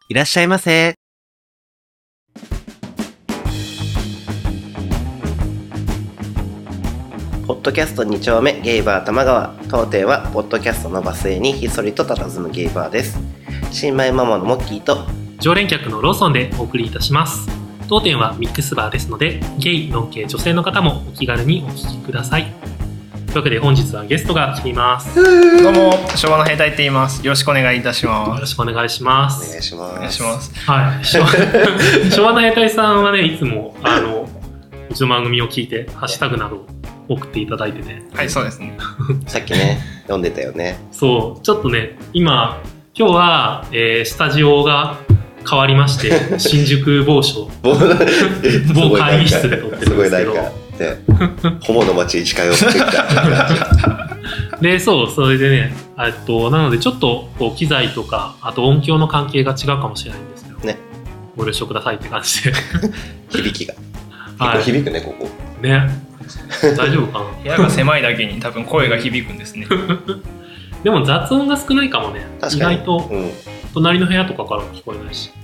いらっしゃいませ。ポッドキャスト2丁目ゲイバー玉川。当店はポッドキャストのバスへにひっそりと佇むゲイバーです。新米ママのモッキーと常連客のローソンでお送りいたします。当店はミックスバーですので、ゲイ、ノンケ、女性の方もお気軽にお聞きください。というわけで本日はゲストが来ています。 どうも、昭和の兵隊って言います。よろしくお願いいたします。 よろしくお願いします。 お願いします。 お願いします。 はい。昭和の兵隊さんはね、いつもうちの番組を聞いてハッシュタグなどを送っていただいてね。 はい、そうですね。 さっきね読んでたよね。 そう、ちょっとね、今日は、スタジオが変わりまして新宿某所某会議室で撮ってるんですけど、 ホモの街に近寄ってきたで、そう、それでね、なのでちょっとこう機材とかあと音響の関係が違うかもしれないんですけどね、ご了承くださいって感じで響きが結構響くね、ここね。大丈夫かな。 部屋が狭いだけに多分声が響くんですねでも雑音が少ないかもね。意外と、隣の部屋とかからも聞こえないし、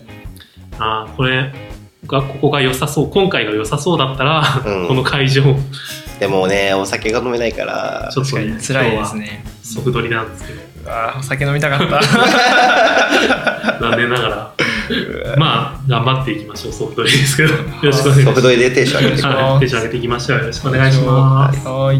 ここが良さそう、今回が良さそうだったら、この会場でもね、お酒が飲めないからちょっとね、 辛いですね。 ソフトリなんですけど、 お酒飲みたかった残念ながらまあ頑張っていきましょう。ソフトリですけど、よろしくお願いします。 ソフトリでテンション上げていきます。 テンション上げていきましょう。よろしくお願いします。 はい。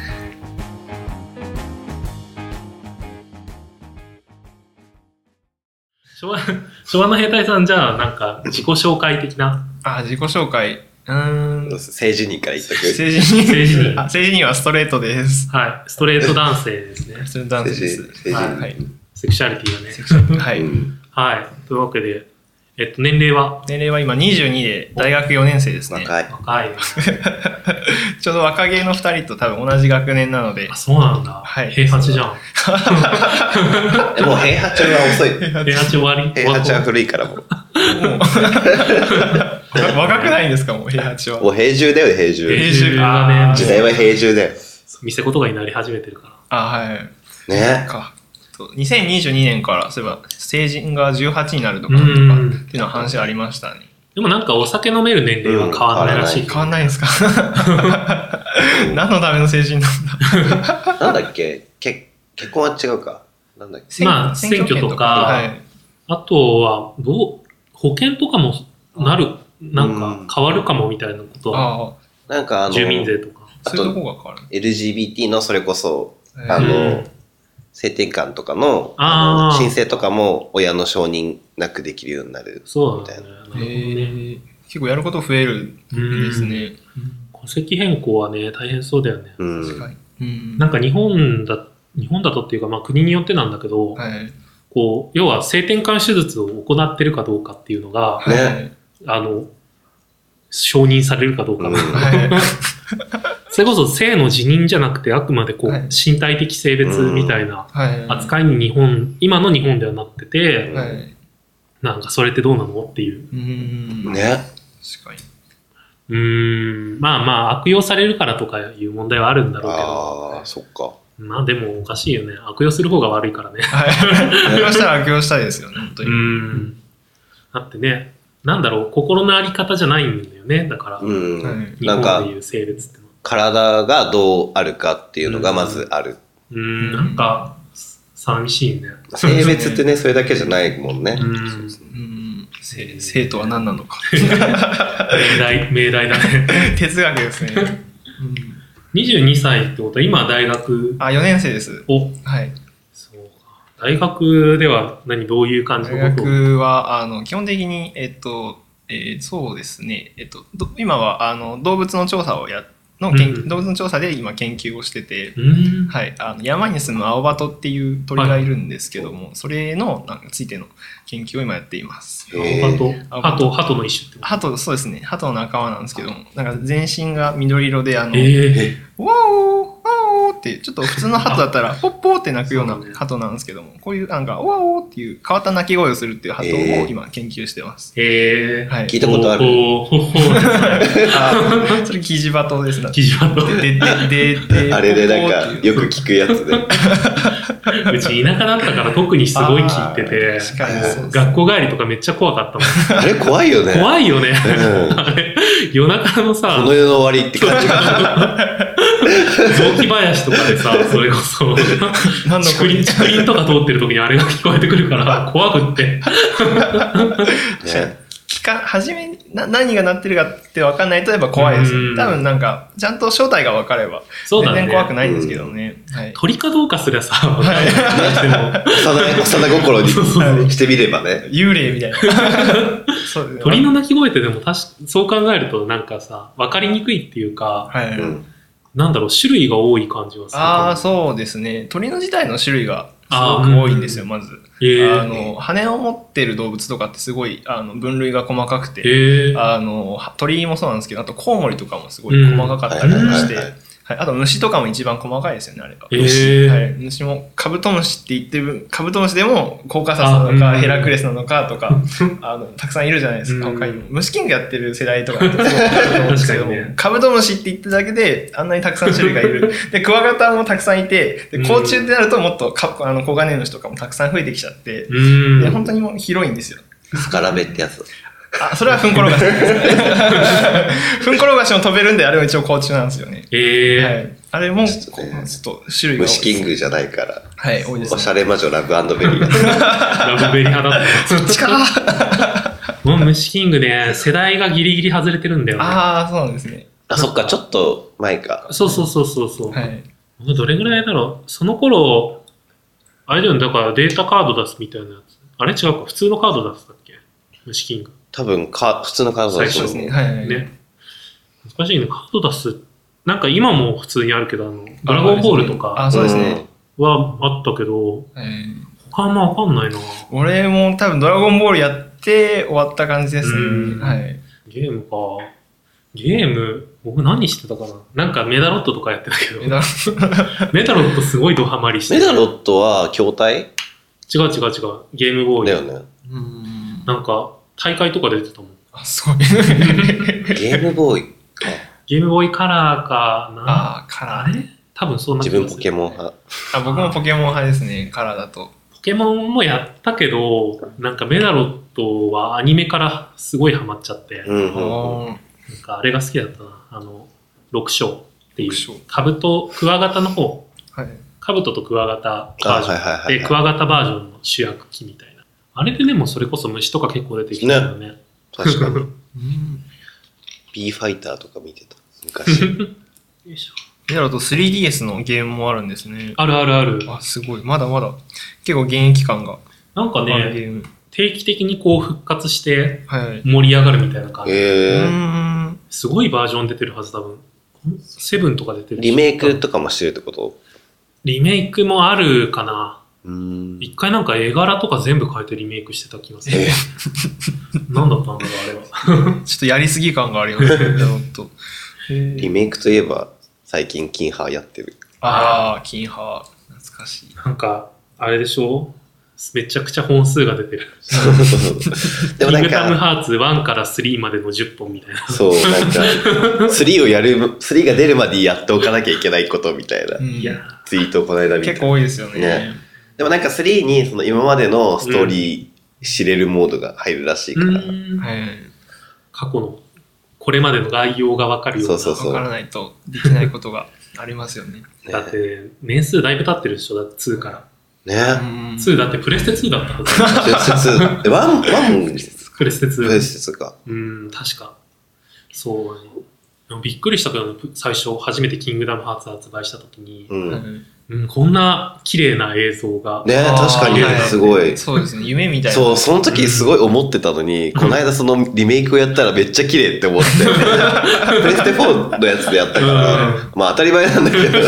昭和の兵隊さん、じゃあなんか自己紹介的な。 自己紹介。 政治人から言っとく。 政治人はストレートです。 はい、ストレート男性ですね。 ストレート男性です。 はい。セクシャリティがね。 はい。 はい。というわけで、年齢は今22で大学4年生ですね。 若いちょうど若芸の2人と多分同じ学年なので。 そうなんだ。はい。平八じゃん。 でも平八は遅い。 平八終わり。 平八は古いからもう。 若くないんですか、もう平八は。 もう平成だよね、平成。 平成がね。 時代は平成だよ。 見せ言葉になり始めてるから。 はい。 ね。 2022年からそういえば成人が18になるとかっていうの話ありましたね。 でもなんかお酒飲める年齢は変わらないらしい。 変わんないんですか何のための成人なんだなんだっけ、結婚は違うか。なんだっけ。 まあ選挙とか、あとは保険とかもなんか変わるかもみたいなことは、 なんか住民税とか、 あと LGBT のそれこそ性転換とかの申請とかも親の承認なくできるようになるみたいな。 結構やること増えるんですね。 戸籍変更はね、大変そうだよね。 確かに。 なんか日本だとっていうか、まあ国によってなんだけど、こう要は性転換手術を行ってるかどうかっていうのが、承認されるかどうか。それこそ性の辞任じゃなくて、あくまでこう身体的性別みたいな扱いに今の日本ではなってて、なんかそれってどうなのっていう。 ね。 確かに。 まあ悪用されるからとかいう問題はあるんだろうけど。 そっか。 まあでもおかしいよね。悪用する方が悪いからね。 悪用したら悪用したいですよね、本当に。 だってね、なんだろう、心のあり方じゃないんだよね。だから、日本でいう性別ってのは。 体がどうあるかっていうのがまずある。 なんか寂しいね。 性別ってね、それだけじゃないもんね。 性とは何なのか。 命題だね。 哲学ですね。 22歳ってことは今大学 4年生です。はい。 そうか。大学ではどういう感じのこと？ 大学は基本的にそうですね。今は動物の調査を動物の調査で今研究をしてて、山に住むアオバトっていう鳥がいるんですけども、それのついての研究を今やっています。 アオバト、鳩の一種ってこと？ そうですね。鳩の仲間なんですけども、なんか全身が緑色でワーってちょっと普通の鳩だったらポッポーって鳴くような鳩なんですけども、こういうなんかワーっていう変わった鳴き声をするっていう鳩を今研究してます。 聞いたことある。 それキジバトですね。 キジバト。 あれでなんかよく聞くやつで。 うち田舎だったから特にすごい聞いてて、学校帰りとかめっちゃ怖かったもん。 あれ怖いよね。 怖いよね。夜中のさ、 この世の終わりって感じが。 雑木林とかでさ、それこそ、竹林とか通ってる時にあれが聞こえてくるから怖くって。 ね、初めに何が鳴ってるかって分かんないとやっぱ怖いですよ。多分なんかちゃんと正体が分かれば全然怖くないんですけどね。 鳥かどうかすりゃさ、分かんない幼心にしてみればね。 幽霊みたいな。 鳥の鳴き声ってでもそう考えるとなんかさ、分かりにくいっていうか、なんだろう、種類が多い感じはする。 ああ、そうですね。鳥の自体の種類がすごく多いんですよ、まず。羽を持ってる動物とかってすごい分類が細かくて、鳥もそうなんですけど、あとコウモリとかもすごい細かかったりして、あと虫とかも一番細かいですよね、あれが。虫もカブトムシって言ってる、カブトムシでもコーカサスなのかヘラクレスなのかとかたくさんいるじゃないですか。他にも虫キングやってる世代とかだとすごいあると思うんですけども、カブトムシって言っただけであんなにたくさん種類がいる。でクワガタもたくさんいて、で甲虫ってなるともっとコガネムシとかもたくさん増えてきちゃって、で本当にもう広いんですよ。 スカラベってやつ。 それはフンコロガシですね。フンコロガシも飛べるんで、あれは一応甲虫なんですよね。あれもちょっと種類が多い。 虫キングじゃないから。 はい、多いです。 おしゃれ魔女ラブ&ベリー。 ラブベリー派だった。 そっちか。 もう虫キングね、世代がギリギリ外れてるんだよね。 ああ、そうなんですね。 そっか、ちょっと前か。 そう。どれぐらいだろう。その頃、あれだよね、だからデータカード出すみたいなやつ。あれ違うか、普通のカード出すだっけ、虫キング。 多分普通のカード出すですね。 ね。難しいね、カード出す。なんか今も普通にあるけど、ドラゴンボールとかはあったけど、他はあんまわかんないな。 俺も多分ドラゴンボールやって終わった感じですね。 ゲームか。ゲーム、僕何してたかな。なんかメダロットとかやってたけど。メダロットすごいドハマりして。 メダロットは筐体？ 違う。ゲームボーイ。 だよね。 なんか大会とか出てたもん。 すごい。 ゲームボーイか。 ゲームボーイカラーかな。 カラー。 多分そんな。 自分ポケモン派。 僕もポケモン派ですね、カラーだと。 ポケモンもやったけど、なんかメダロットはアニメからすごいハマっちゃって。なんかあれが好きだったな。六章っていう。クワガタの方。カブトとクワガタバージョン。で、クワガタバージョンの主役機みたいな。あれででもそれこそ虫とか結構出てきたよね。 確かに。B ファイターとか見てた。昔。よいしょ。メダロット 3DS のゲームもあるんですね。 ある。 すごい。まだまだ。結構現役感が。 なんかね、定期的にこう復活して盛り上がるみたいな感じ。すごいバージョン出てるはず多分。7とか出てる。 リメイクとかもしてるってこと？ リメイクもあるかな。一回なんか絵柄とか全部変えてリメイクしてた気がする。何だったんだろう、あれは。 ちょっとやりすぎ感がありますね、 リメイクといえば、最近、キンハーやってる。 キンハー。懐かしい。 なんか、あれでしょ？めちゃくちゃ本数が出てる。 でもなんか、 キングダムハーツ1から3までの10本みたいな。 そう、なんか、3が出るまでやっておかなきゃいけないことみたいなツイートをこの間見て。 結構多いですよね。 でもなんか3にその今までのストーリー知れるモードが入るらしいから。 過去の、これまでの概要が分かるような。 分からないとできないことがありますよね。 だって、年数だいぶ経ってるでしょ、だって2から。 ね。 2だってプレステ2だったはず。 プレステ2。1 プレステ2。 プレステ2か。 確か。そう。びっくりしたけど、最初、初めてキングダムハーツ発売したときに、こんな綺麗な映像が。 ね、確かに、すごい。 そうですね、夢みたいな。 そう、その時すごい思ってたのに、この間そのリメイクをやったらめっちゃ綺麗って思って。プレステ4のやつでやったから、まあ当たり前なんだけど、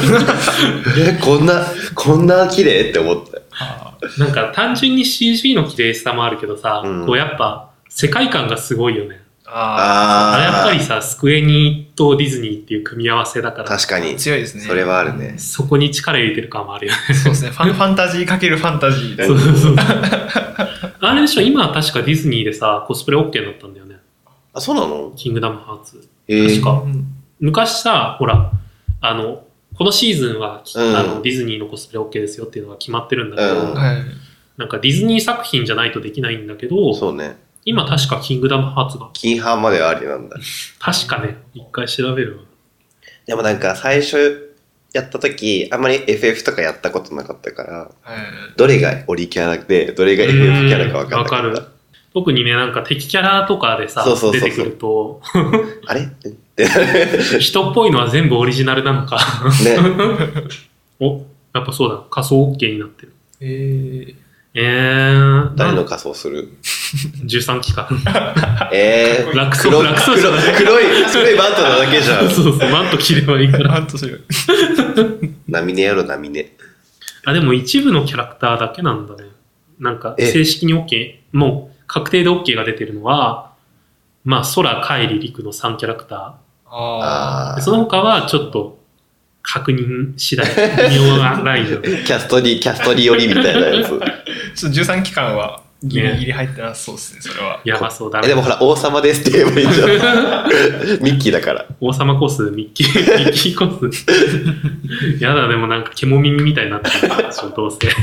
こんな綺麗って思って。 なんか単純に CG の綺麗さもあるけどさ、こうやっぱ世界観がすごいよね。やっぱりさ、スクエニとディズニーっていう組み合わせだから。 確かに。 強いですね。 それはあるね。 そこに力入れてる感もあるよね。 そうですね。ファンタジーかけるファンタジーみたいな。 そう。あれでしょ、今は確かディズニーでさ、コスプレ OK になったんだよね。 そうなの？ キングダムハーツ。確か。昔さ、ほら、 このシーズンは、ディズニーのコスプレ OK ですよっていうのが決まってるんだけど、なんかディズニー作品じゃないとできないんだけど、 そうね。 今確かキングダムハーツが。 キンハーまでありなんだ。 確かね、一回調べるわ。 でもなんか最初やった時、あんまり FF とかやったことなかったから、どれがオリキャラで、どれが FF キャラか分かんなかった。わかる。 特にね、なんか敵キャラとかでさ、出てくると、 あれ人っぽいのは全部オリジナルなのか。ね。お、やっぱそうだ。仮装 OK になってる。 誰の仮装する ?13 期間。 楽そうじゃない黒いバントなだけじゃん。 そう、バント切ればいいから。バントする。 波ねやろ、波ね。 でも一部のキャラクターだけなんだね。なんか、正式に OK、もう確定で OK が出てるのは、まあ、空、海里、陸の3キャラクター。その他はちょっと、確認次第、微妙なライン。 キャストリ寄りみたいなやつ。 ちょっと13期間はギリギリ入ってなそうですね、それは。 やばそうだね。 でもほら、王様ですって言えばいいじゃん。ミッキーだから。 王様コス、ミッキーコス。やだ、でもなんか獣耳みたいになってるでしょ、どうせ。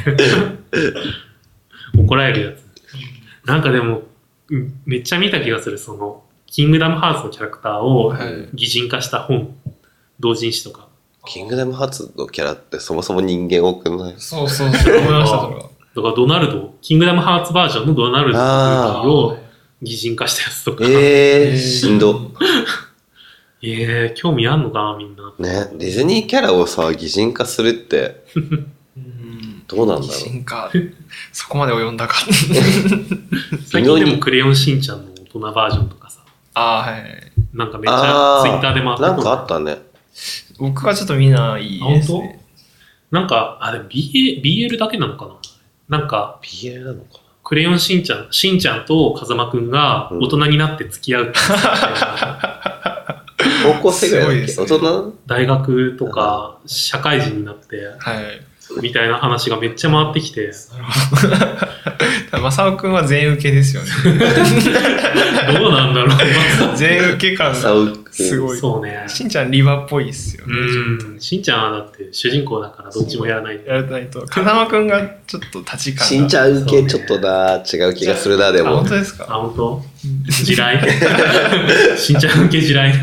怒られるやつ。なんかでも、めっちゃ見た気がする、その、キングダムハーツのキャラクターを擬人化した本、同人誌とか。 キングダムハーツのキャラってそもそも人間多くない？ そう、思いました、だからドナルド、キングダムハーツバージョンのドナルドを擬人化したやつとか。 しんど。 興味あんのかな、みんな。 ね、ディズニーキャラをさ、擬人化するって、どうなんだろう。 擬人化、そこまで及んだか。 最近でもクレヨンしんちゃんの大人バージョンとかさ。なんかめっちゃツイッターで回ってなんかあったね。 僕はちょっと見ないですね。 なんか、でも BL だけなのかな？なんか、 BL なのかな？ クレヨンしんちゃんと風間くんが大人になって付き合うって高校生ぐらいだっけ？大人？ 大学とか社会人になって、みたいな話がめっちゃ回ってきて。 マサオくんは全受けですよね。 どうなんだろう。 全受け感がすごい。 そうね。 しんちゃんリバっぽいっすよね。 しんちゃんはだって主人公だからどっちもやらないと。 やらないと。風間くんがちょっと立ち感が。 しんちゃん受けちょっとな、違う気がするな、でも。 本当ですか？ 本当？地雷。しんちゃん受け地雷。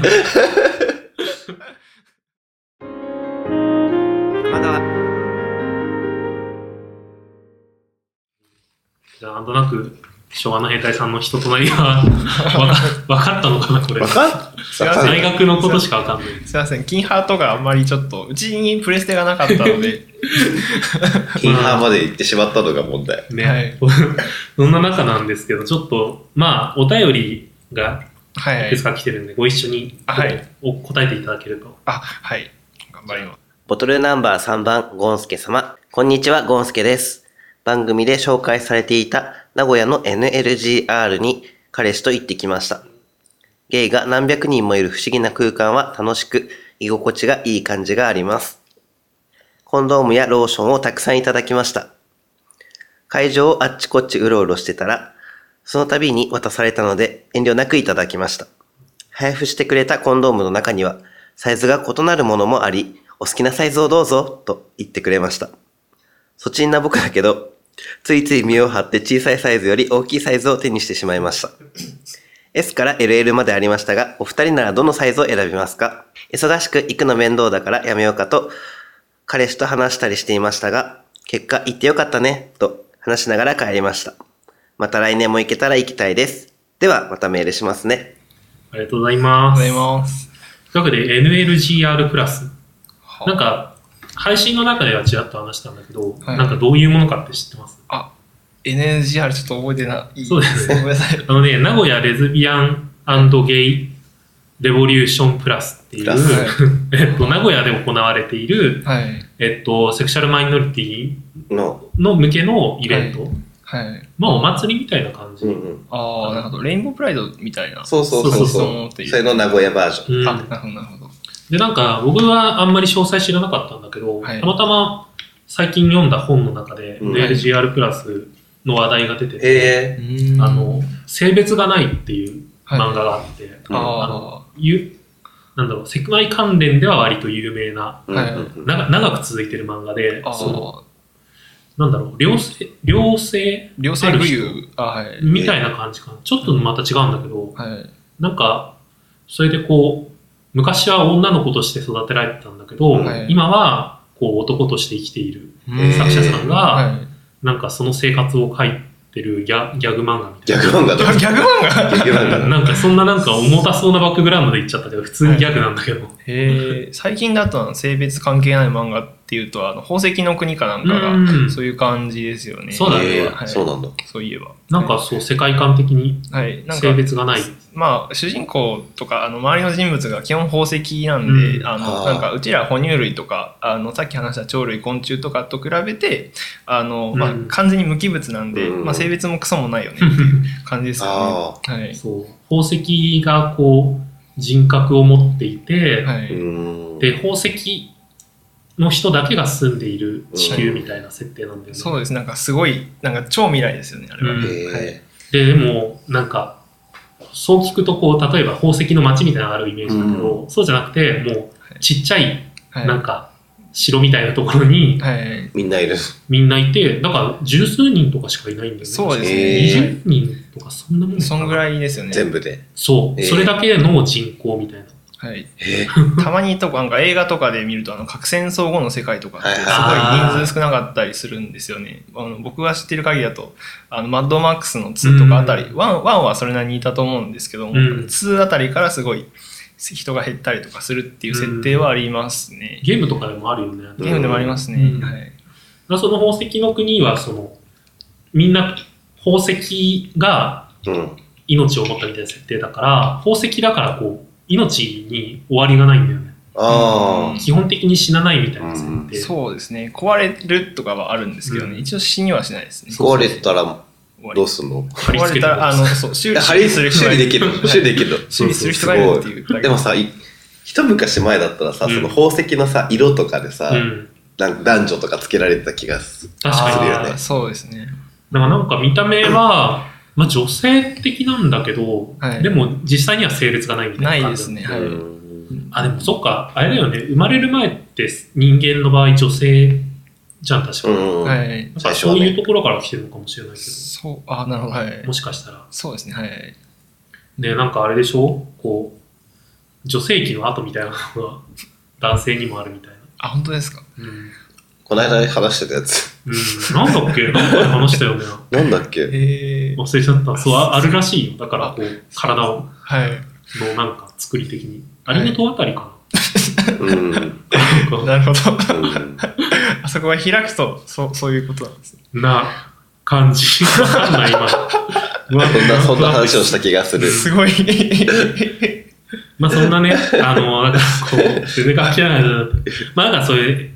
じゃあ、なんとなく、昭和の兵隊さんの人となりが分かったのかな、これ。大学のことしか分かんない。 すいません、キンハートがあんまりちょっと、うちにプレステがなかったので。 キンハーまで行ってしまったのが問題。 ね。そんな中なんですけど、ちょっと、まあ、お便りが、いくつか来てるんで、ご一緒に答えていただけると。 はい。頑張ります。 ボトルナンバー3番、ゴンスケ様。こんにちは、ゴンスケです。番組で紹介されていた名古屋の NLGR に彼氏と行ってきました。ゲイが何百人もいる不思議な空間は楽しく、居心地がいい感じがあります。コンドームやローションをたくさんいただきました。会場をあっちこっちうろうろしてたら、その度に渡されたので遠慮なくいただきました。配布してくれたコンドームの中にはサイズが異なるものもあり、お好きなサイズをどうぞと言ってくれました。そちんな僕だけど、ついつい身を張って小さいサイズより大きいサイズを手にしてしまいました。S から LL までありましたが、お二人ならどのサイズを選びますか？忙しく行くの面倒だからやめようかと、彼氏と話したりしていましたが、結果行ってよかったね、と話しながら帰りました。また来年も行けたら行きたいです。では、またメールしますね。 ありがとうございます。 ありがとうございます。 というわけで NLGR プラス。なんか、配信の中ではちらっと話したんだけど、なんかどういうものかって知ってます？ NLGR ちょっと覚えてない。 そうですね。 ごめんなさい。 名古屋レズビアン&ゲイレボリューションプラスっていう、名古屋で行われている、セクシャルマイノリティの向けのイベント。まあお祭りみたいな感じ。 なるほど。レインボープライドみたいな。 そう。それの名古屋バージョン。 なるほど。 で、なんか僕はあんまり詳細知らなかったんだけど、たまたま最近読んだ本の中で NLGR プラスの話題が出てて、性別がないっていう漫画があって、 なんだろう、セクマイ関連では割と有名な、長く続いてる漫画で、なんだろう、両性具有みたいな感じかな。ちょっとまた違うんだけど、なんか、それでこう、昔は女の子として育てられてたんだけど、今はこう男として生きている作者さんが、なんかその生活を書いてるギャグ漫画みたいな。 ギャグ漫画なんかそんななんか重たそうなバックグラウンドで言っちゃったけど、普通にギャグなんだけど。 最近だと性別関係ない漫画っていうと、宝石の国かなんかがそういう感じですよね。 そうだね。 そうなんだ。 そういえば。 なんかそう、世界観的に性別がない。 まあ、主人公とか周りの人物が基本宝石なんで、なんかうちら哺乳類とかさっき話した鳥類昆虫とかと比べてまあ、完全に無機物なんで、まあ、性別もクソもないよねっていう感じですよね。 そう宝石がこう人格を持っていて、で宝石の人だけが住んでいる地球みたいな設定なんだよね。 そうです。なんかすごいなんか超未来ですよね、あれは。 でもなんかそう聞くとこう例えば宝石の街みたいなのがあるイメージだけど、そうじゃなくてもうちっちゃいなんか城みたいなところにみんないる。 みんないて、だから十数人とかしかいないんだよね。 そうですね。 20人とかそんなもん。 そんぐらいですよね。 全部で。 そう。それだけの人口みたいな。 たまにとかなんか映画とかで見ると核戦争後の世界とかってすごい人数少なかったりするんですよね。僕が知ってる限りだとマッドマックスの2とかあたり、1はそれなりにいたと思うんですけども、2あたりからすごい人が減ったりとかするっていう設定はありますね。 ゲームとかでもあるよね。 ゲームでもありますね。 その宝石の国はみんな宝石が命を持ったみたいな設定だから、宝石だからこう命に終わりがないんだよね。基本的に死なないみたいな設定。 そうですね。壊れるとかはあるんですけどね、一応死にはしないですね。 壊れたらどうすんの？ 壊れたら修理する人がいる。 修理できる。修理する人がいるっていうだけ。 でもさ、一昔前だったらさ、その宝石のさ色とかでさ、男女とかつけられてた気がするよね。 そうですね。 だからなんか見た目はまあ女性的なんだけど、でも実際には性別がないみたいな感じ。 ないですね。 でもそっか、あれだよね、生まれる前って人間の場合女性じゃん、確かに。そういうところから来てるのかもしれないけど。 なるほど。 もしかしたら。 そうですね。 で、なんかあれでしょ、こう、女性器の跡みたいなのが男性にもあるみたいな。 本当ですか？ この間話してたやつ。 なんだっけ、なんかで話したよね。 なんだっけ？ 忘れちゃった。そう、あるらしいよ。だからこう、体を、のなんか作り的に。アニメとあたりかな。なるほど。あそこが開くとそういうことなんですね。 な感じ。わかんない今。 そんな話をした気がする。 すごい。 まあそんなね、なんかこう、全然関係ないな。まあなんかそういう、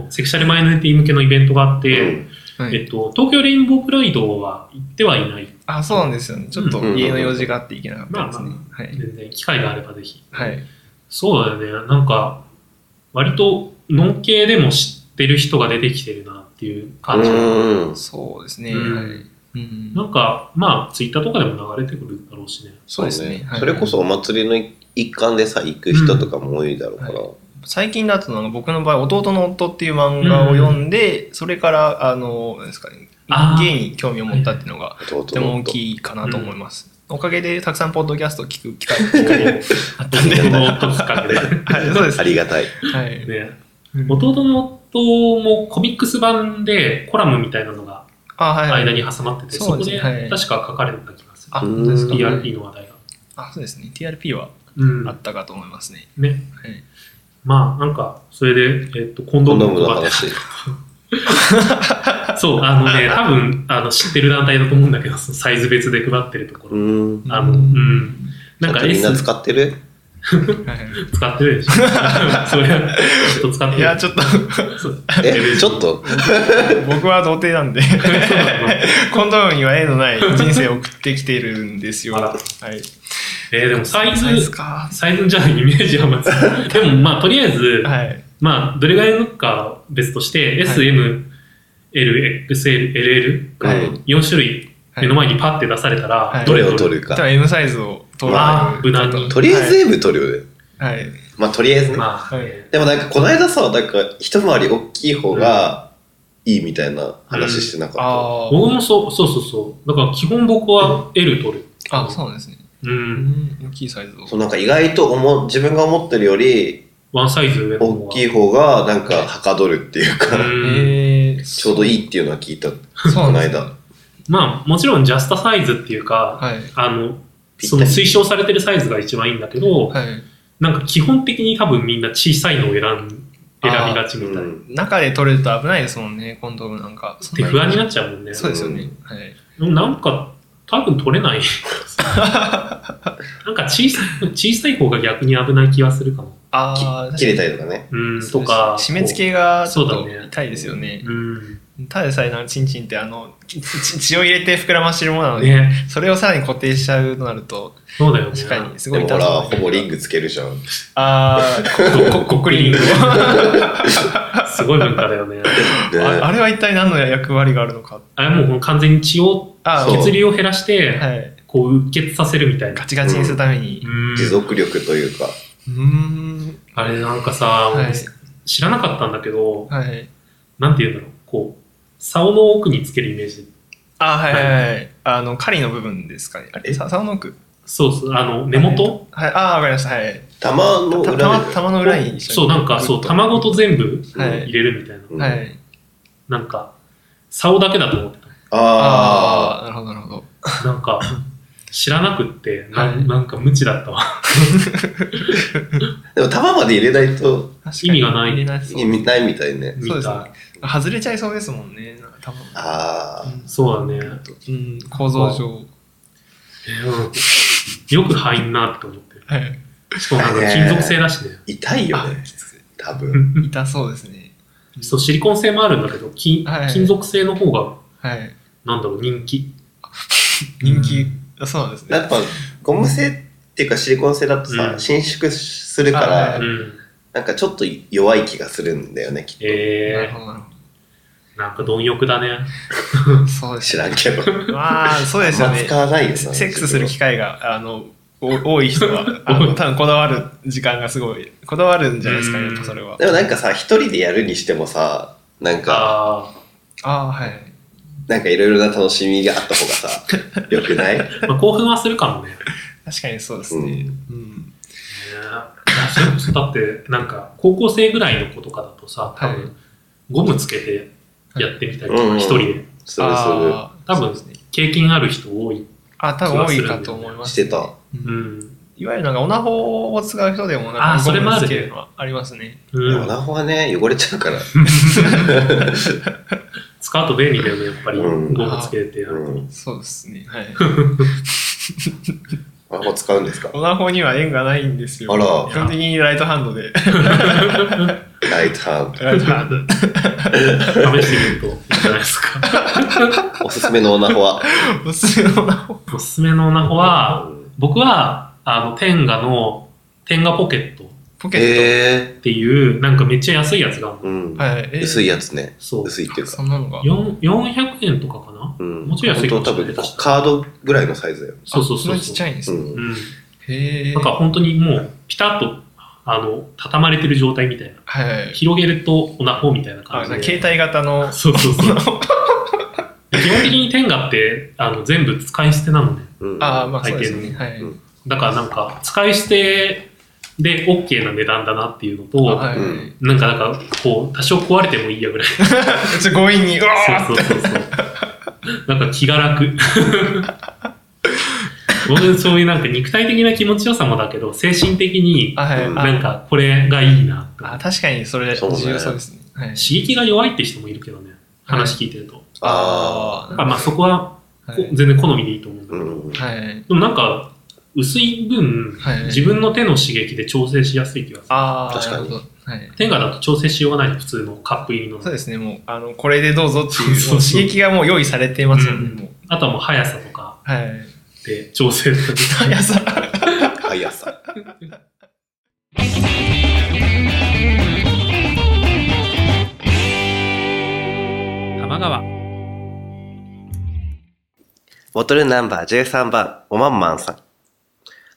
セクシャルマイノリティ向けのイベントがあって、東京レインボープライドは行ってはいない。 そうなんですよね。ちょっと家の用事があって行けなかったですね。 全然機会があればぜひ。そうだよね。なんか、割と、ノン系でも知ってる人が出てきてるなっていう感じ。 そうですね。 なんか、まあ、ツイッターとかでも流れてくるだろうしね。 そうですね。 それこそお祭りの一環でさ、行く人とかも多いだろうから。 最近だと僕の場合、弟の夫っていう漫画を読んで、それから、なんですかね、芸に興味を持ったっていうのが、とても大きいかなと思います。おかげでたくさんポッドキャストを聞く機会があったんで。そうです。 ありがたい。 弟の夫もコミックス版でコラムみたいなのが間に挟まってて、そこで確か書かれた気がする。TRP の話題が。 そうですね。TRP はあったかと思いますね。 まあ、なんか、それで、コンドームの話。そう、多分、知ってる団体だと思うんだけど、サイズ別で配ってるところ。 なんかみんな使ってる？ 使ってるでしょ。それは、ちょっと使ってる。 いや、ちょっと。 ちょっと僕は童貞なんで、コンドームには縁のない人生を送ってきているんですよ。 でもサイズじゃないイメージはまず。でもまあとりあえず、まあどれぐらいのか別として S、M、L、XL、LL、4種類目の前にパッて出されたら、 どれを取るか。 M サイズを取る。 無難に。 とりあえず M 取るよね。 はい。 まあとりあえずね。 まあ、 でもなんかこの間さ、なんか一回り大きい方がいいみたいな話してなかった。 僕もそう。だから基本僕は L 取る。 あ、そうなんですね。大きいサイズを。 そう、なんか意外と自分が思ってるより、 ワンサイズ上の大きい方がなんかはかどるっていうか、ちょうどいいっていうのは聞いた。この間。 まあもちろんジャストサイズっていうか、その推奨されてるサイズが一番いいんだけど、なんか基本的に多分みんな小さいのを選びがちみたいな。 中で取れると危ないですもんね、コンドームなんか。 って不安になっちゃうもんね。 そうですよね。はい。 なんか多分取れない。なんか小さい方が逆に危ない気はするかも。 切れたりとかね。 とか。 締め付けがちょっと痛いですよね。ただでさえチンチンって血を入れて膨らましてるものなので、それをさらに固定しちゃうとなると、 そうだよね。 確かにすごい痛そう。でもほら、ほぼリングつけるじゃん。 コックリングを。 すごい文化だよね。 あれは一体何の役割があるのか。 あれもう完全に血流を減らして、こううっ血させるみたいな。 ガチガチにするために。 持続力というか。 あれなんかさ、知らなかったんだけど、なんて言うんだろう、こう、竿の奥につけるイメージ。 狩りの部分ですかね。竿の奥。 そう、根元？ はい、わかりました。はい。 玉の裏に。 そう、なんかそう、玉ごと全部入れるみたいな。 はい。 なんか、竿だけだと思ってた。 なるほど、なるほど。 なんか、知らなくって、なんか無知だったわ。 でも玉まで入れないと意味がない。 意味ないみたいね。 そうですね。外れちゃいそうですもんね。 そうだね。 構造上。 よく入んなって思って。しかもなんか金属製だしね。 痛いよね。多分。 痛そうですね。 そう、シリコン製もあるんだけど、金属製の方が、なんだろう、人気。 そうなんですね。 やっぱゴム製っていうかシリコン製だとさ、伸縮するから、なんかちょっと弱い気がするんだよね、きっと。 なるほど。 なんか貪欲だね。 そう知らんけど。 そうですよね。 使わないよな。 セックスする機会が多い人は多分こだわる時間がすごいこだわるんじゃないですかね。それは。 でもなんかさ、一人でやるにしてもさ、なんかなんかいろいろな楽しみがあった方がさ、よくない？ 興奮はするかもね。 確かにそうですね。 だってなんか高校生ぐらいの子とかだとさ、多分ゴムつけてやってみたりとか一人で。多分経験ある人多い。 多分多いかと思います。 してた。 いわゆるなんかオナホを使う人でもなんかゴムつけるのはありますね。 オナホはね、汚れちゃうから。 使うと便利だよね、やっぱり。ゴムつけてやると。 そうですね。はい。 オナホ使うんですか？ オナホには縁がないんですよ。基本的にライトハンドで。 ライトハンド。 試してみるといいんじゃないですか。 おすすめのオナホは？ おすすめのオナホは、僕は、テンガポケット。っていう、なんかめっちゃ安いやつがある。 薄いやつね。薄いっていうか。 そんなのが。 400円とかかな？もうちょい安いかもしれない。 多分カードぐらいのサイズだよ。 そう。 そんなちっちゃいんですね。 なんか本当にもう、ピタッと、畳まれてる状態みたいな。広げるとオナホみたいな感じで。 携帯型の。 そう。基本的にテンガって、全部使い捨てなのね。 そうですね。 だからなんか、使い捨て、で OK な値段だなっていうのと、なんかこう多少壊れてもいいやぐらい強引にそうなんか気が楽僕そういうなんか肉体的な気持ちよさもだけど精神的になんかこれがいいな確かにそれ重要そうですね。 刺激が弱いって人もいるけどね、話聞いてるとまあそこは全然好みでいいと思うんだけど、でもなんか薄い分、自分の手の刺激で調整しやすい気がする。 確かに。テンガだと調整しようがない、普通のカップ入りの。 そうですね、もう、これでどうぞっていう刺激がもう用意されてますよね。 あとはもう速さとかで調整する。 速さ。 玉川。 ボトルナンバー13番、おまんまんさん。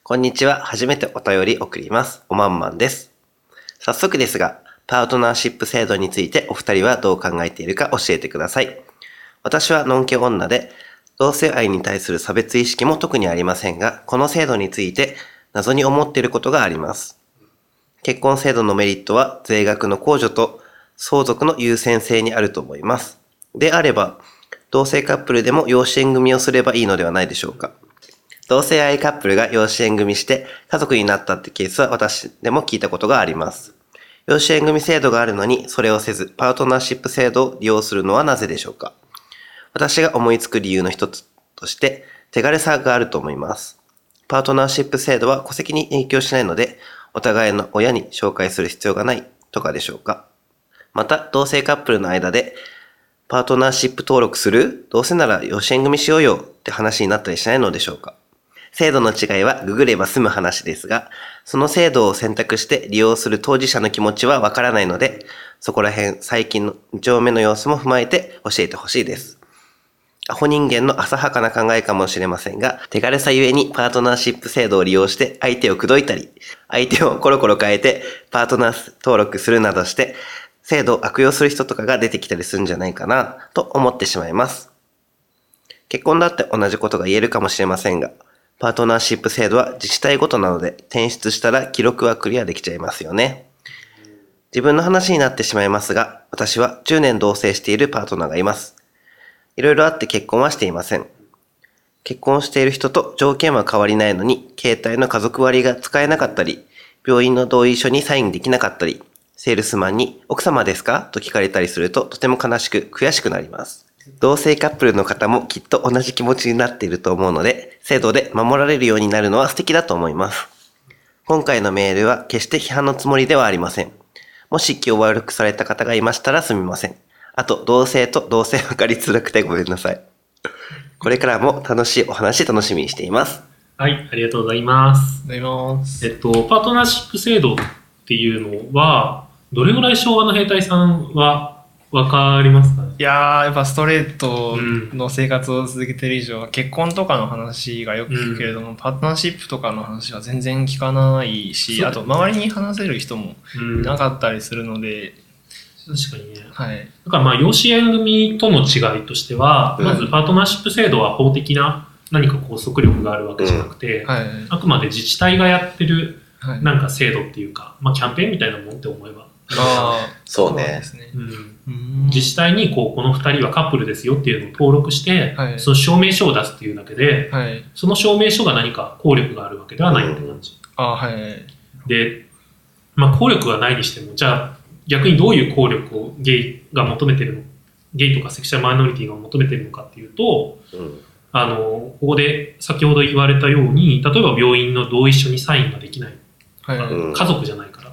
こんにちは。初めてお便り送ります。おまんまんです。早速ですが、パートナーシップ制度についてお二人はどう考えているか教えてください。私はのんけ女で、同性愛に対する差別意識も特にありませんが、この制度について謎に思っていることがあります。結婚制度のメリットは税額の控除と相続の優先性にあると思います。であれば、同性カップルでも養子縁組をすればいいのではないでしょうか。同性愛カップルが養子縁組して家族になったってケースは私でも聞いたことがあります。養子縁組制度があるのにそれをせずパートナーシップ制度を利用するのはなぜでしょうか。私が思いつく理由の一つとして手軽さがあると思います。パートナーシップ制度は戸籍に影響しないのでお互いの親に紹介する必要がないとかでしょうか。また同性カップルの間でパートナーシップ登録する？どうせなら養子縁組しようよって話になったりしないのでしょうか。制度の違いはググれば済む話ですが、その制度を選択して利用する当事者の気持ちはわからないので、そこら辺最近の2丁目の様子も踏まえて教えてほしいです。アホ人間の浅はかな考えかもしれませんが、手軽さゆえにパートナーシップ制度を利用して相手を口説いたり、相手をコロコロ変えてパートナー登録するなどして、制度を悪用する人とかが出てきたりするんじゃないかなと思ってしまいます。結婚だって同じことが言えるかもしれませんが、パートナーシップ制度は自治体ごとなので転出したら記録はクリアできちゃいますよね。自分の話になってしまいますが、私は10年同棲しているパートナーがいます。いろいろあって結婚はしていません。結婚している人と条件は変わりないのに、携帯の家族割が使えなかったり、病院の同意書にサインできなかったり、セールスマンに奥様ですかと聞かれたりするととても悲しく悔しくなります。同性カップルの方もきっと同じ気持ちになっていると思うので、制度で守られるようになるのは素敵だと思います。今回のメールは決して批判のつもりではありません。もし気を悪くされた方がいましたらすみません。あと、同性と同性分かりづらくてごめんなさい。これからも楽しいお話楽しみにしています。 はい、ありがとうございます。 ありがとうございます。 パートナーシップ制度っていうのは、どれぐらい昭和の兵隊さんはわかりますかね。 いやー、やっぱストレートの生活を続けてる以上は、結婚とかの話がよく聞くけれども、パートナーシップとかの話は全然聞かないし、あと周りに話せる人もいなかったりするので、 確かにね。 はい。 だから養子縁組との違いとしては、まずパートナーシップ制度は法的な何か拘束力があるわけじゃなくて、あくまで自治体がやってるなんか制度っていうか、キャンペーンみたいなもんって思えば。 そうね。 自治体にこの2人はカップルですよっていうのを登録して、その証明書を出すっていうだけで、その証明書が何か効力があるわけではないって感じ。で、効力がないにしても、じゃあ逆にどういう効力をゲイが求めてるの、ゲイとかセクシャルマイノリティが求めてるのかっていうと、ここで先ほど言われたように、例えば病院の同意書にサインができない、家族じゃないから、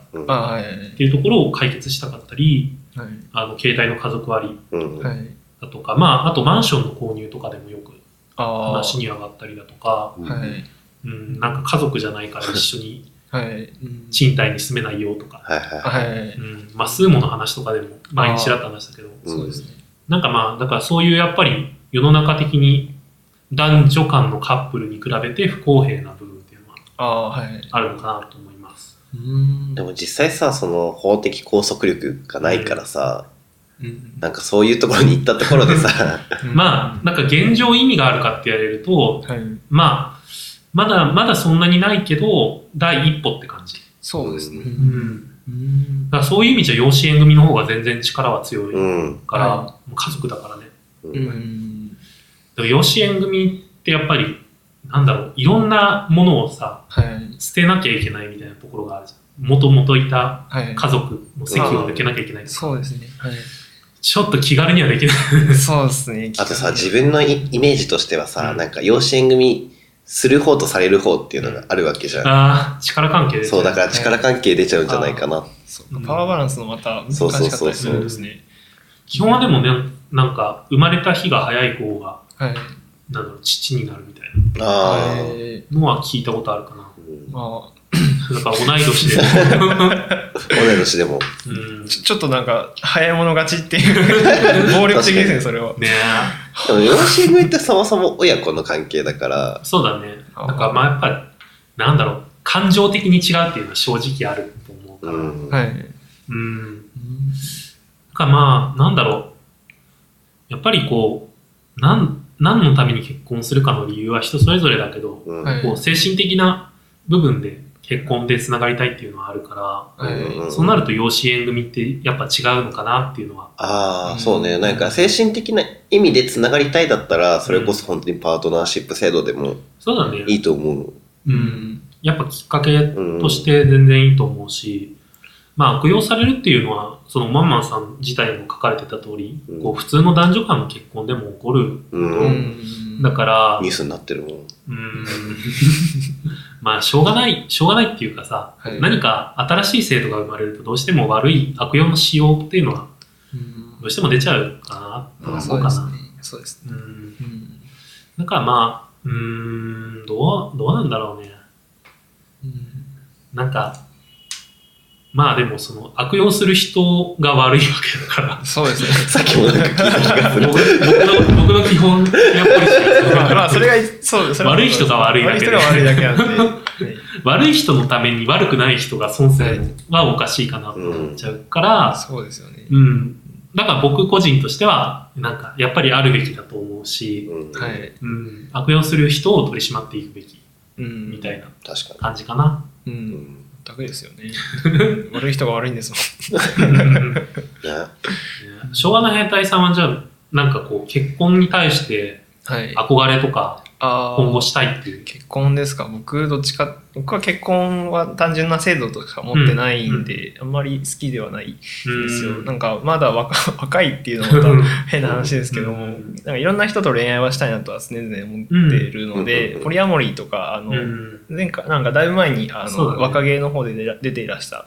っていうところを解決したかったり、携帯の家族割だとか、あとマンションの購入とかでもよく話に上がったりだとか、なんか家族じゃないから一緒に賃貸に住めないよとか、スーモの話とかでも前にちらっと話したけど、なんかだからそういうやっぱり世の中的に男女間のカップルに比べて不公平な部分っていうのはあるのかなと思います。 でも実際さ、その法的拘束力がないからさ、なんかそういうところに行ったところでさなんか現状意味があるかって言われると、まだそんなにないけど第一歩って感じ。 そうですね。 だからそういう意味じゃ養子縁組の方が全然力は強いから、もう家族だからね。だから養子縁組ってやっぱりなんだろう、いろんなものをさ、捨てなきゃいけないみたいなところがあるじゃん。もともといた家族の籍を抜けなきゃいけないとか、 そうですね。 ちょっと気軽にはできないそうですね。 あとさ、自分のイメージとしてはさ、なんか養子縁組する方とされる方っていうのがあるわけじゃん。 力関係で。 そう、だから力関係出ちゃうんじゃないかな。 パワーバランスのまた難しかったりするんですね。 基本はでもね、なんか生まれた日が早い方が、なんだろう、父になるみたいなのは聞いたことあるかな。だから同い年で同い年でもちょっとなんか早い者勝ちっていう暴力的ですね、それは。 ねえ。でも養子縁組ってそもそも親子の関係だから。 そうだね。なんかやっぱりなんだろう、感情的に違うっていうのは正直あると思うから。 はい。 まあ、なんだろう。やっぱりこう、何のために結婚するかの理由は人それぞれだけど、こう精神的な部分で結婚でつながりたいっていうのはあるから、そうなると養子縁組ってやっぱ違うのかなっていうのは。 ああ、そうね。なんか精神的な意味でつながりたいだったら、それこそ本当にパートナーシップ制度でもいいと思う。 やっぱきっかけとして全然いいと思うし、まあ悪用されるっていうのは、そのマンマンさん自体も書かれてた通り、こう普通の男女間の結婚でも起こること、だから、 ニュースになってるもん。 まあしょうがないっていうかさ、何か新しい制度が生まれるとどうしても悪い悪用の使用っていうのは、どうしても出ちゃうかなと思うかな。 そうですね。 だからまあ、どうなんだろうね。なんか、まあでもその悪用する人が悪いわけだから。 そうですね。 さっきもなんか聞いた気がする。 僕の基本、やっぱりまあそれが、そうです。 悪い人が悪いだけで。 悪い人が悪いだけなんで。 悪い人のために悪くない人が損するのはおかしいかなと思っちゃうから。 そうですよね。 だから僕個人としては、なんかやっぱりあるべきだと思うし、悪用する人を取り締まっていくべき、みたいな感じかな。 だけですよね。悪い人が悪いんですもん。 昭和の兵隊さんはじゃあなんかこう結婚に対して憧れとか今後したいっていう、 結婚ですか。僕は結婚は単純な制度としか持ってないんで、あんまり好きではないですよ。なんかまだ若いっていうのもまた変な話ですけども、なんかいろんな人と恋愛はしたいなとは常々思ってるので、ポリアモリーとか前回なんかだいぶ前に若芸の方で出ていらした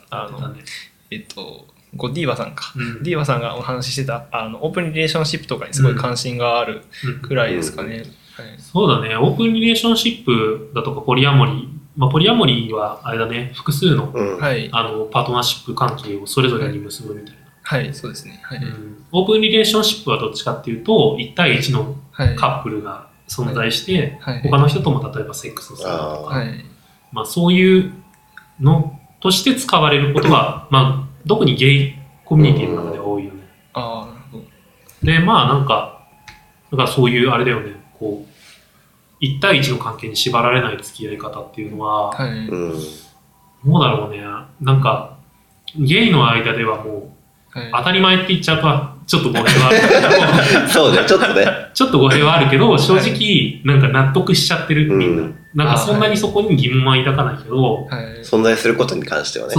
ディーバさんか、ディーバさんがお話ししてたオープンリレーションシップとかにすごい関心があるくらいですかね。 そうだね。オープンリレーションシップだとかポリアモリー。まあ、ポリアモリーはあれだね、複数の、パートナーシップ関係をそれぞれに結ぶみたいな。 はい、そうですね。 オープンリレーションシップはどっちかっていうと、1対1のカップルが存在して、他の人とも例えばセックスをするとか、まあ、そういうのとして使われることが、まあ、特にゲイコミュニティの中では多いよね。 なるほど。で、 まあなんか、だからそういうあれだよね、こう、1対1の関係に縛られない付き合い方っていうのは、どうだろうね、なんか、ゲイの間ではもう、当たり前って言っちゃうと、ちょっと語弊はあるけど、 そうね、ちょっとね。 ちょっと語弊はあるけど、正直、なんか納得しちゃってる、みんな。なんかそんなにそこに疑問は抱かないけど、 存在することに関してはね。 そう。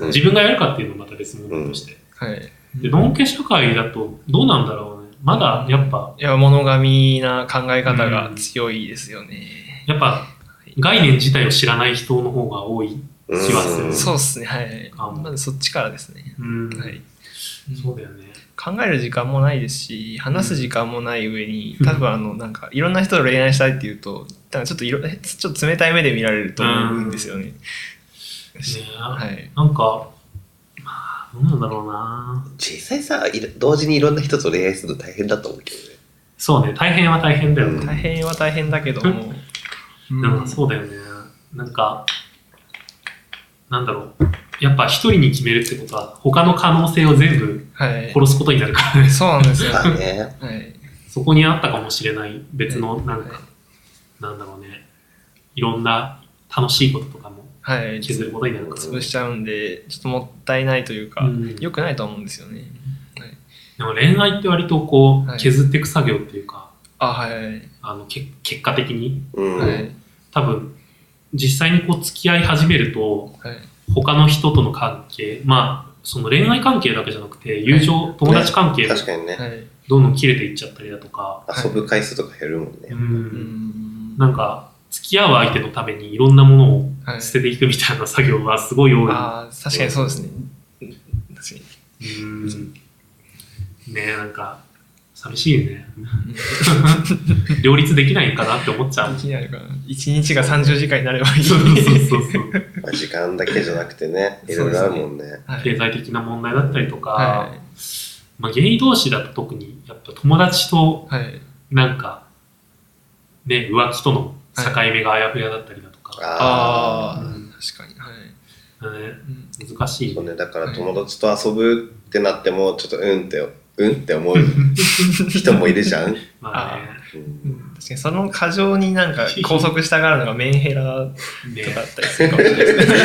自分がやるかっていうのはまた別物として。で、ノンケ社会だとどうなんだろうね。まだやっぱ。 いや、モノガミな考え方が強いですよね。 やっぱ、概念自体を知らない人の方が多い気はする。 そうですね、はい。まずそっちからですね。 そうだよね。 考える時間もないですし、話す時間もない上に、多分なんかいろんな人と恋愛したいっていうと、ちょっと冷たい目で見られると思うんですよね。 なんか、まあ、どうなんだろうな。 実際さ、同時にいろんな人と恋愛するの大変だと思うけどね。 そうね、大変は大変だよね。 大変は大変だけども。 なんかそうだよね。なんか、なんだろう。やっぱ一人に決めるってことは他の可能性を全部殺すことになるからね。 そうなんですよ。 そこにあったかもしれない別のなんか、なんだろうね。いろんな楽しいこととかも削ることになるから、 潰しちゃうんで、ちょっともったいないというか、良くないと思うんですよね。 でも恋愛って割とこう削っていく作業っていうか、結果的に、多分実際にこう付き合い始めると、他の人との関係、まあその恋愛関係だけじゃなくて友情、友達関係がどんどん切れていっちゃったりだとか、 遊ぶ回数とか減るもんね。 なんか付き合う相手のためにいろんなものを捨てていくみたいな作業はすごい多い。 確かにそうですね。確かに。なんか寂しいね。両立できないんかなって思っちゃう。 できないかな。1日が30時間になればいい。 そう。 時間だけじゃなくてね、いろいろあるもんね。 経済的な問題だったりとか、まあゲイ同士だと特にやっぱ友達となんかね、浮気との境目があやふやだったりだとか、 ああ、確かに。はい。 難しい。 そうね、だから友達と遊ぶってなっても、ちょっとって思う人もいるじゃん。 まあね。 確かにその過剰になんか拘束したがるのがメンヘラとかだったりするかもしれないですね。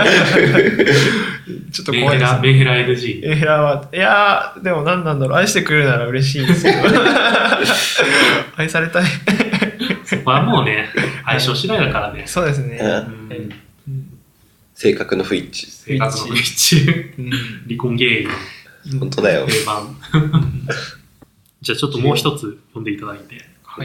ちょっと怖いです。 メンヘラ NG。 メンヘラは、いやー、でも何なんだろう、愛してくれるなら嬉しいですけど。愛されたい。 そこはもうね、相性次第だからね。 そうですね。 性格の不一致。 性格の不一致。離婚原因。 本当だよ。 定番。じゃあちょっともう一つ読んでいただいて。 はい。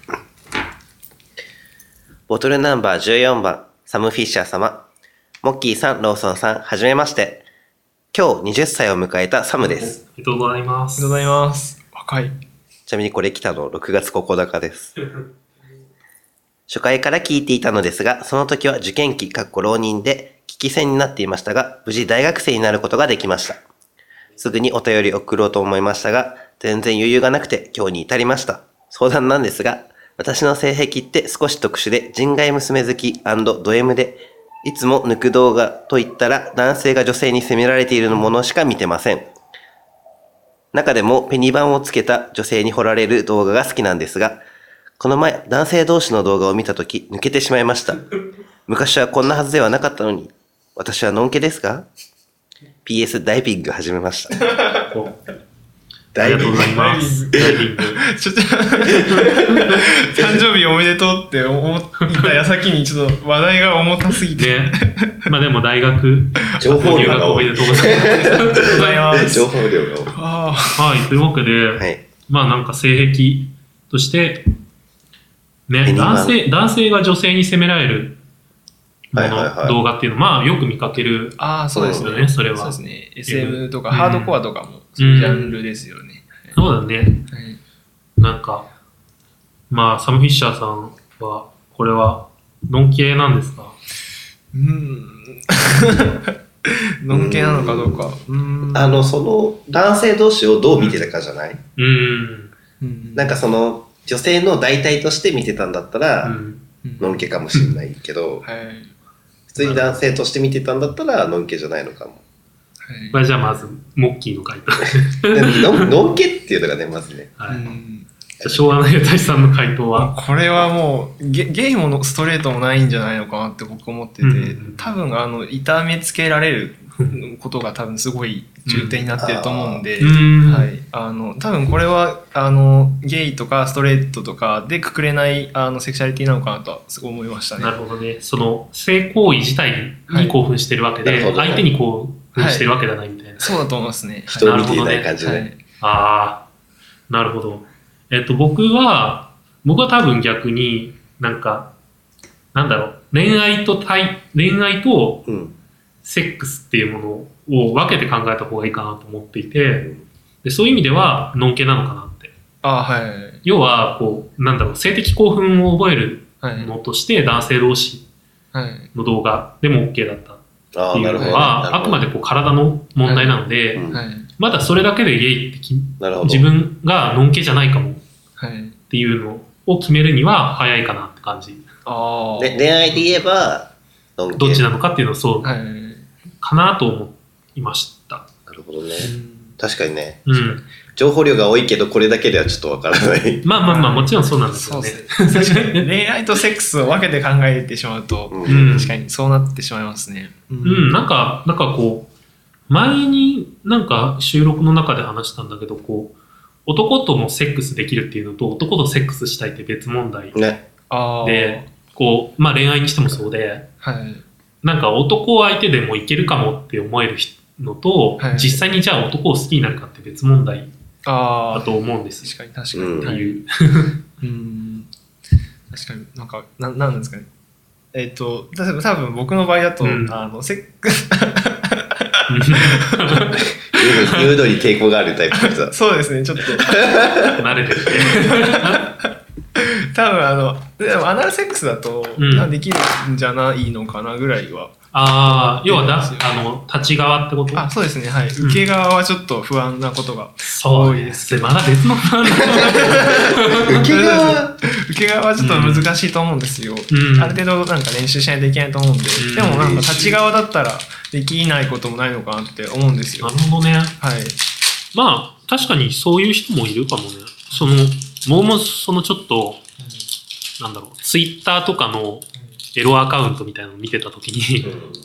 ボトルナンバー14番、サム・フィッシャー様。モッキーさん、ローソンさん、はじめまして。今日20歳を迎えたサムです。 ありがとうございます。 ありがとうございます。若い。 ちなみにこれ来たの6月9日です。初回から聞いていたのですが、その時は受験期浪人で危機戦になっていましたが、無事大学生になることができました。すぐにお便り送ろうと思いましたが、全然余裕がなくて今日に至りました。相談なんですが、私の性癖って少し特殊で人外娘好き&ド M で、いつも抜く動画といったら男性が女性に責められているものしか見てません。中でもペニバンをつけた女性に掘られる動画が好きなんですが、この前男性同士の動画を見たとき抜けてしまいました。昔はこんなはずではなかったのに、私はのんけですか？ PS ダイビング始めました。 ありがとうございます。ダイビング。 ちょっと誕生日おめでとうって思った矢先にちょっと話題が重たすぎて。 ね、まあでも大学情報量が多い。 ありがとうございます。 情報量が多い。 はい、というわけで、はい、まあなんか性癖として、ね、男性が女性に責められるもの、動画っていうのは、まあよく見かける。 そうですよね、それは。 そうですね。SM とかハードコアとかも、そういうジャンルですよね。 そうだね。なんか、まあ、サム・フィッシャーさんは、これは、ノン系なんですか？ ノン系なのかどうか。 その、男性同士をどう見てたかじゃない？なんかその、女性の代替として見てたんだったら、ノンケかもしれないけど、普通に男性として見てたんだったら、ノンケじゃないのかも。 これじゃあまず、モッキーの回答。 ノンケっていうのがね、まずね。 じゃあ、昭和の兵隊さんの回答は？ これはもう、ゲイもストレートもないんじゃないのかなって僕思ってて、多分痛めつけられることが多分すごい重点になってると思うんで、多分これはゲイとかストレートとかでくくれないセクシャリティなのかなとはすごい思いましたね。 なるほどね。その性行為自体に興奮してるわけで、相手に興奮してるわけじゃないみたいな。 そうだと思いますね。 人を見ていない感じで。 ああ、なるほど。僕は多分逆になんか、なんだろう、恋愛とセックスっていうものを分けて考えた方がいいかなと思っていて、でそういう意味では、ノンケなのかなって。要は、こう、なんだろう、性的興奮を覚えるのとして、男性同士の動画でも OK だったっていうのは、あくまでこう体の問題なので、まだそれだけでゲイって自分がノンケじゃないかもっていうのを決めるには早いかなって感じ。 恋愛で言えばノンケどっちなのかっていうのをそうかなと思いました。 なるほどね。確かにね、情報量が多いけどこれだけではちょっとわからない。 まあもちろんそうなんですよね。 恋愛とセックスを分けて考えてしまうと、確かにそうなってしまいますね。 なんかこう前になんか収録の中で話したんだけど、こう男ともセックスできるっていうのと男とセックスしたいって別問題で、こうまあ恋愛にしてもそうで、なんか男相手でもいけるかもって思えるのと、実際にじゃあ男を好きになるかって別問題だと思うんです。 確かにっていう。確かになんですかね。多分僕の場合だと、セックス言うのに抵抗があるタイプだ。 そうですね、ちょっと慣れてるね。 多分でもアナルセックスだと、できるんじゃないのかなぐらいは要は立ち側ってこと？ そうですね。はい。受け側はちょっと不安なことが多いです。 まだ別の不安な受け側はちょっと難しいと思うんですよ。ある程度なんか練習しないといけないと思うんで。でもなんか立ち側だったらできないこともないのかなって思うんですよ。 なるほどね。 はい。 まあ、確かにそういう人もいるかもね。僕もちょっと、ツイッターとかのエロアカウントみたいなのを見てたときに、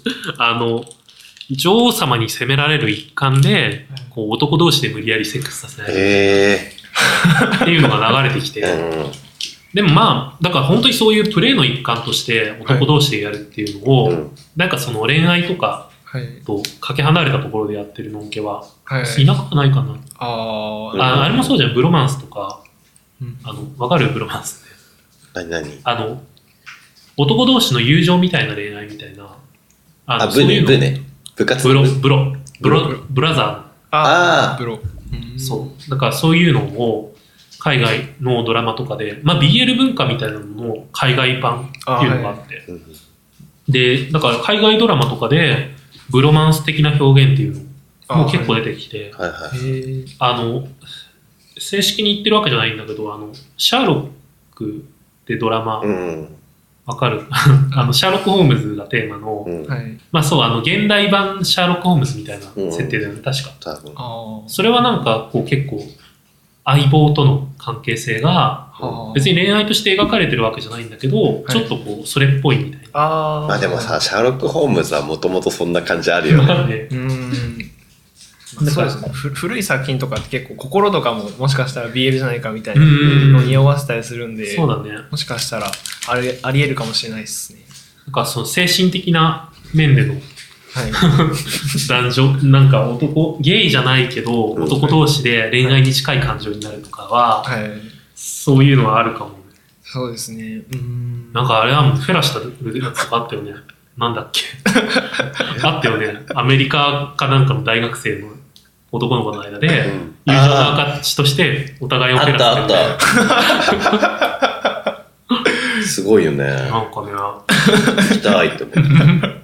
女王様に責められる一環で、こう男同士で無理やりセックスさせないっていうのが流れてきて、でもまあ、だから本当にそういうプレーの一環として男同士でやるっていうのを、なんかその恋愛とかとかけ離れたところでやってるのんけは、いなくはないかな。あれもそうじゃん、ブロマンスとか、わかる？ブロマンスって。 何？ 男同士の友情みたいな恋愛みたいな。 部ね。部活ブラザー。ブロ。 そう。だからそういうのを海外のドラマとかで、まあ BL 文化みたいなのの海外版っていうのがあって。で、だから海外ドラマとかでブロマンス的な表現っていうのも結構出てきて、正式に言ってるわけじゃないんだけど、シャーロックってドラマ、わかるシャーロック・ホームズがテーマの、まあそう、現代版シャーロック・ホームズみたいな設定だよね、確か。それはなんか、こう結構、相棒との関係性が、別に恋愛として描かれてるわけじゃないんだけど、ちょっとこう、それっぽいみたいな。 まあでもさ、シャーロック・ホームズはもともとそんな感じあるよね。 そうですね。古い作品とかって結構心とかももしかしたら BL じゃないかみたいなのを匂わせたりするんで、 そうだね。 もしかしたらあり得るかもしれないですね。 なんかその精神的な面での、男女、なんかゲイじゃないけど、男同士で恋愛に近い感情になるとかは、そういうのはあるかもね。 そうですね。 なんかあれはもうフェラしたやつとかあったよね。なんだっけあったよね。アメリカかなんかの大学生の男の子の間で、友情の証としてお互いをフェラしてる。 すごいよね。 なんかね。 聞きたいって思って。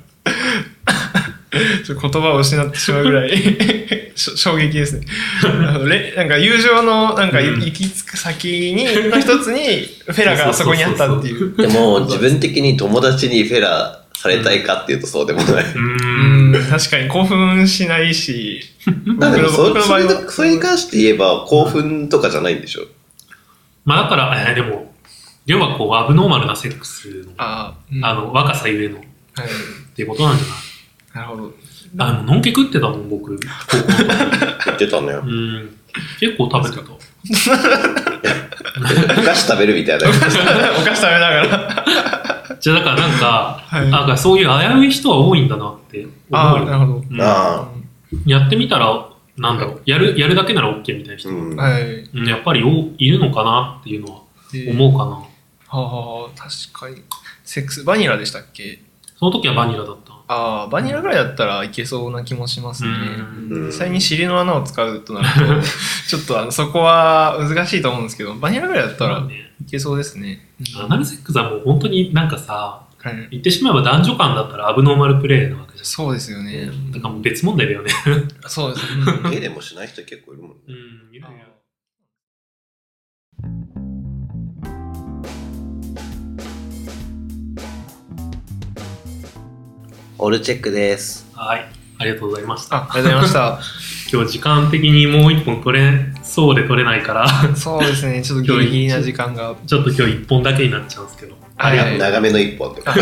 言葉を失ってしまうぐらい衝撃ですね。なんか友情のなんか行き着く先の一つにフェラがそこにあったっていう。 でも自分的に友達にフェラされたいかっていうとそうでもない。 確かに興奮しないし。 それに関して言えば興奮とかじゃないんでしょ。 まあだからでも要はこうアブノーマルなセックスの若さゆえのっていうことなんじゃない？ なるほど。 のんけ食ってたもん僕高校の時。 言ってたのよ。 結構食べてた。 お菓子食べるみたいな。 お菓子食べながら。 じゃあだからなんかそういう危うい人は多いんだなって思うよ。 なるほど。 やってみたらなんだろうやるだけなら OK みたいな人が、やっぱりいるのかなっていうのは思うかな。 確かに。セックスバニラでしたっけ？ その時はバニラだった。 バニラぐらいだったらいけそうな気もしますね。実際に尻の穴を使うとなるとちょっとそこは難しいと思うんですけど、バニラぐらいだったらいけそうですね。 アナルセックスはもう本当になんかさ、言ってしまえば男女間だったらアブノーマルプレイなわけじゃん。 そうですよね。 だからもう別問題だよね。 そうですね。ゲイでもしない人結構いるもんね。 いるよ。 オールチェックです。 はい、ありがとうございました。 ありがとうございました。 今日時間的にもう一本取れそうで取れないから。 そうですね、ちょっとギリギリな時間が。 ちょっと今日一本だけになっちゃうんですけど。 長めの一本ってこと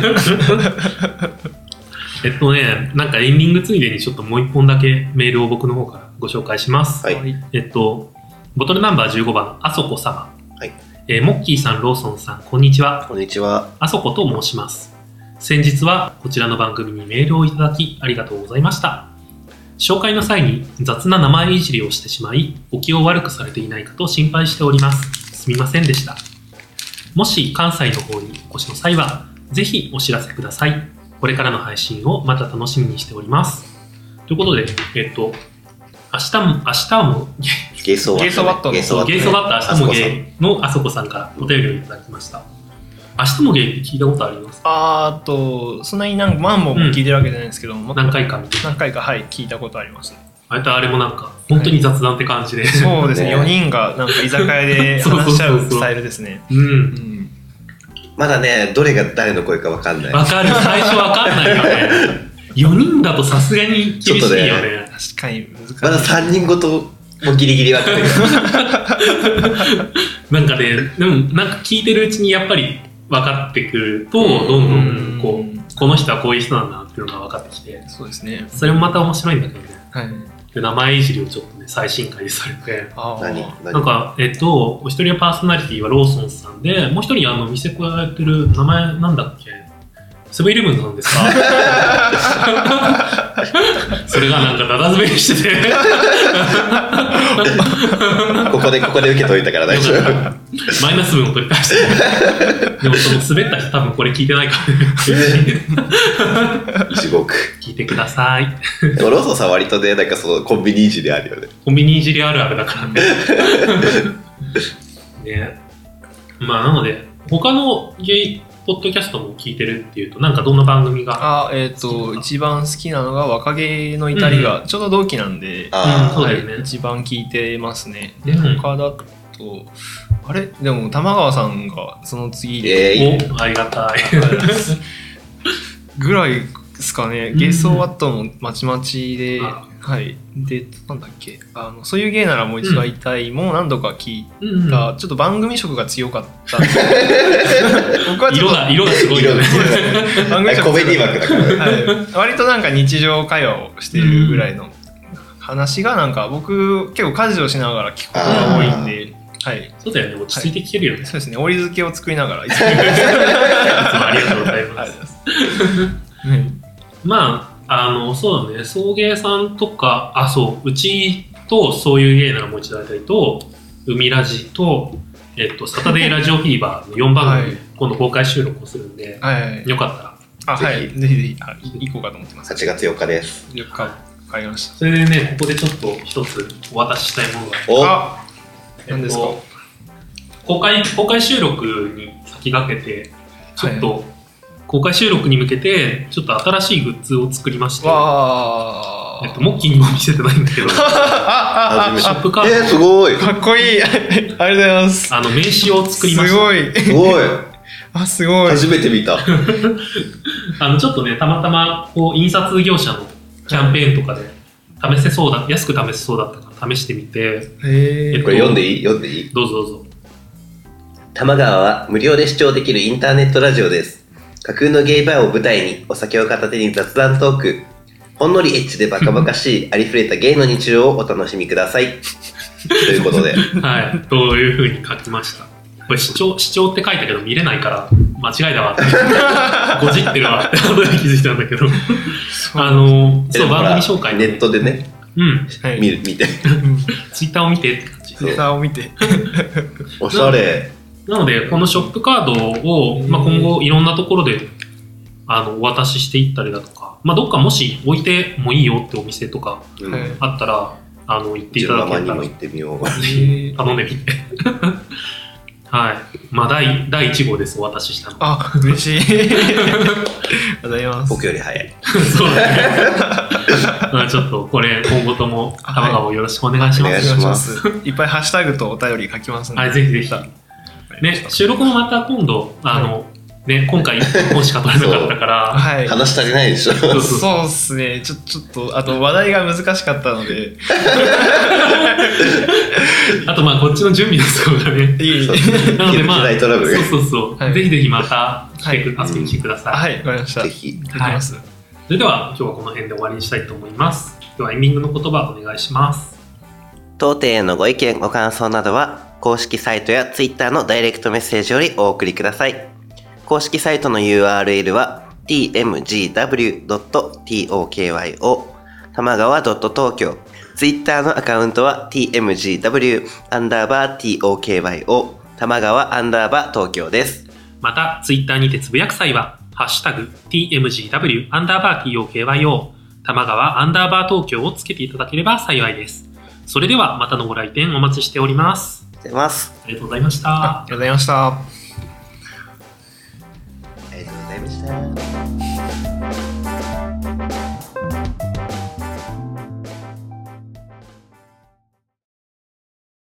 ね。なんかエンディングついでにちょっともう一本だけメールを僕の方からご紹介します。ボトルナンバー15番、あそこ様。モッキーさん、ローソンさん、こんにちは。 こんにちは。 あそこと申します。先日はこちらの番組にメールをいただきありがとうございました。紹介の際に雑な名前いじりをしてしまい、お気を悪くされていないかと心配しております。すみませんでした。もし関西の方にお越しの際は、ぜひお知らせください。これからの配信をまた楽しみにしております。ということで、明日もゲイソワット明日もゲイのあそこさんからお便りをいただきました。 明日もゲイって聞いたことありますか？ そんなに何本も聞いてるわけじゃないんですけど、 何回かはい聞いたことありますね。 あれもなんか本当に雑談って感じで、 そうですね、4人がなんか居酒屋で話し合うスタイルですね。 まだね、どれが誰の声か分かんない。 分かる、最初分かんないよね。4人だとさすがに厳しいよね。 確かに難しい。 まだ3人ごともうギリギリ分かるなんかね、でもなんか聞いてるうちにやっぱり分かってくると、どんどんこの人はこういう人なんだなっていうのが分かってきて、 そうですね。 それもまた面白いんだけどね。 はい。 で、名前いじりをちょっとね、最新回でされて、 なんか、お一人はパーソナリティはローソンさんで、もう一人店子やってる名前なんだっけ、セブンイレブンなんですか？それがなんかダダ滑りしててここで受けといたから大丈夫。 マイナス分を取り返してでもその滑った人多分これ聞いてないから地獄聞いてください。 でもローソンさん割とね、なんかそのコンビニいじりあるよね。 コンビニいじりあるあるだからね。ね、まあなので他のゲイポッドキャストも聞いてるっていうと、なんかどんな番組が？ 一番好きなのが若気の至りがちょうど同期なんで、 そうだよね。 一番聞いてますね。で、他だとでも玉川さんがその次で、 ありがたいぐらいですかね。ゲストワットのまちまちで、はい。で、なんだっけ、そういう芸ならもう一度会いたいも何度か聞いた、ちょっと番組色が強かった僕はちょっと色がすごいよね。 コメディ枠だから、 割となんか日常会話をしているぐらいの話が、なんか僕結構家事をしながら聞くことが多いんで、はい、 そうだよね、落ち着いて聞けるよね。 そうですね、折り付けを作りながらいつもありがとうございます。まあそうだね、送迎さんとか、うちとそういう芸ならもう一度会いたいと、海ラジと、サタデーラジオフィーバーの4番組、今度公開収録をするんで、よかったら。 ぜひぜひ行こうかと思ってます。 8月4日です。 4日、わかりました。 それでね、ここでちょっと一つお渡ししたいものが。 何ですか？ 公開収録に先駆けて、ちょっと、公開収録に向けてちょっと新しいグッズを作りまして、モッキーにも見せてないんだけどショップカード、 すごいかっこいいありがとうございます。 名刺を作りました。 すごいすごい初めて見た。 ちょっとね、たまたま印刷業者のキャンペーンとかで安く試せそうだったから試してみて、 これ読んでいい？どうぞ。 玉川は無料で視聴できるインターネットラジオです。架空のゲイバーを舞台にお酒を片手に雑談トーク、ほんのりエッチでバカバカしいありふれたゲイの日常をお楽しみくださいということで、 はい、というふうに書きました。これ視聴って書いたけど見れないから間違いだわってごじってるわって後で気づいたんだけどそう番組紹介、 ネットでね、見てツイッターを見てって感じ。 ツイッターを見ておしゃれ。 なのでこのショップカードを、今後いろんなところでお渡ししていったりだとか、どっかもし置いてもいいよってお店とかあったら、行っていただけたら、 にも行ってみよう。 頼んでみてはい、第1号です。お渡ししたの。 嬉しい。ありがとうございます。 僕より早い。 そうだね。ちょっとこれ今後とも玉川をよろしくお願いします。 お願いします。 いっぱいハッシュタグとお便り書きますので、 ぜひぜひ。ね、収録もまた今度今回1本しか取れなかったから話足りないでしょ。 そうっすね。ちょっとあと話題が難しかったのであとこっちの準備のところがねなのでそうぜひぜひまた遊びに来てください。 はい、わかりました。 ぜひ。 それでは今日はこの辺で終わりにしたいと思います。ではエンディングの言葉お願いします。 当店へのご意見ご感想などは公式サイトや Twitter のダイレクトメッセージよりお送りください。公式サイトの URL は tmgw.tokyo 玉川.tokyo、 Twitter のアカウントは tmgw_tokyo 玉川_東京です。 また Twitter にてつぶやく際はハッシュタグ tmgw_tokyo 玉川東京をつけていただければ幸いです。それではまたのご来店お待ちしております。 ありがとうございます。 ありがとうございました。 ありがとうございました。 ありがとうございました。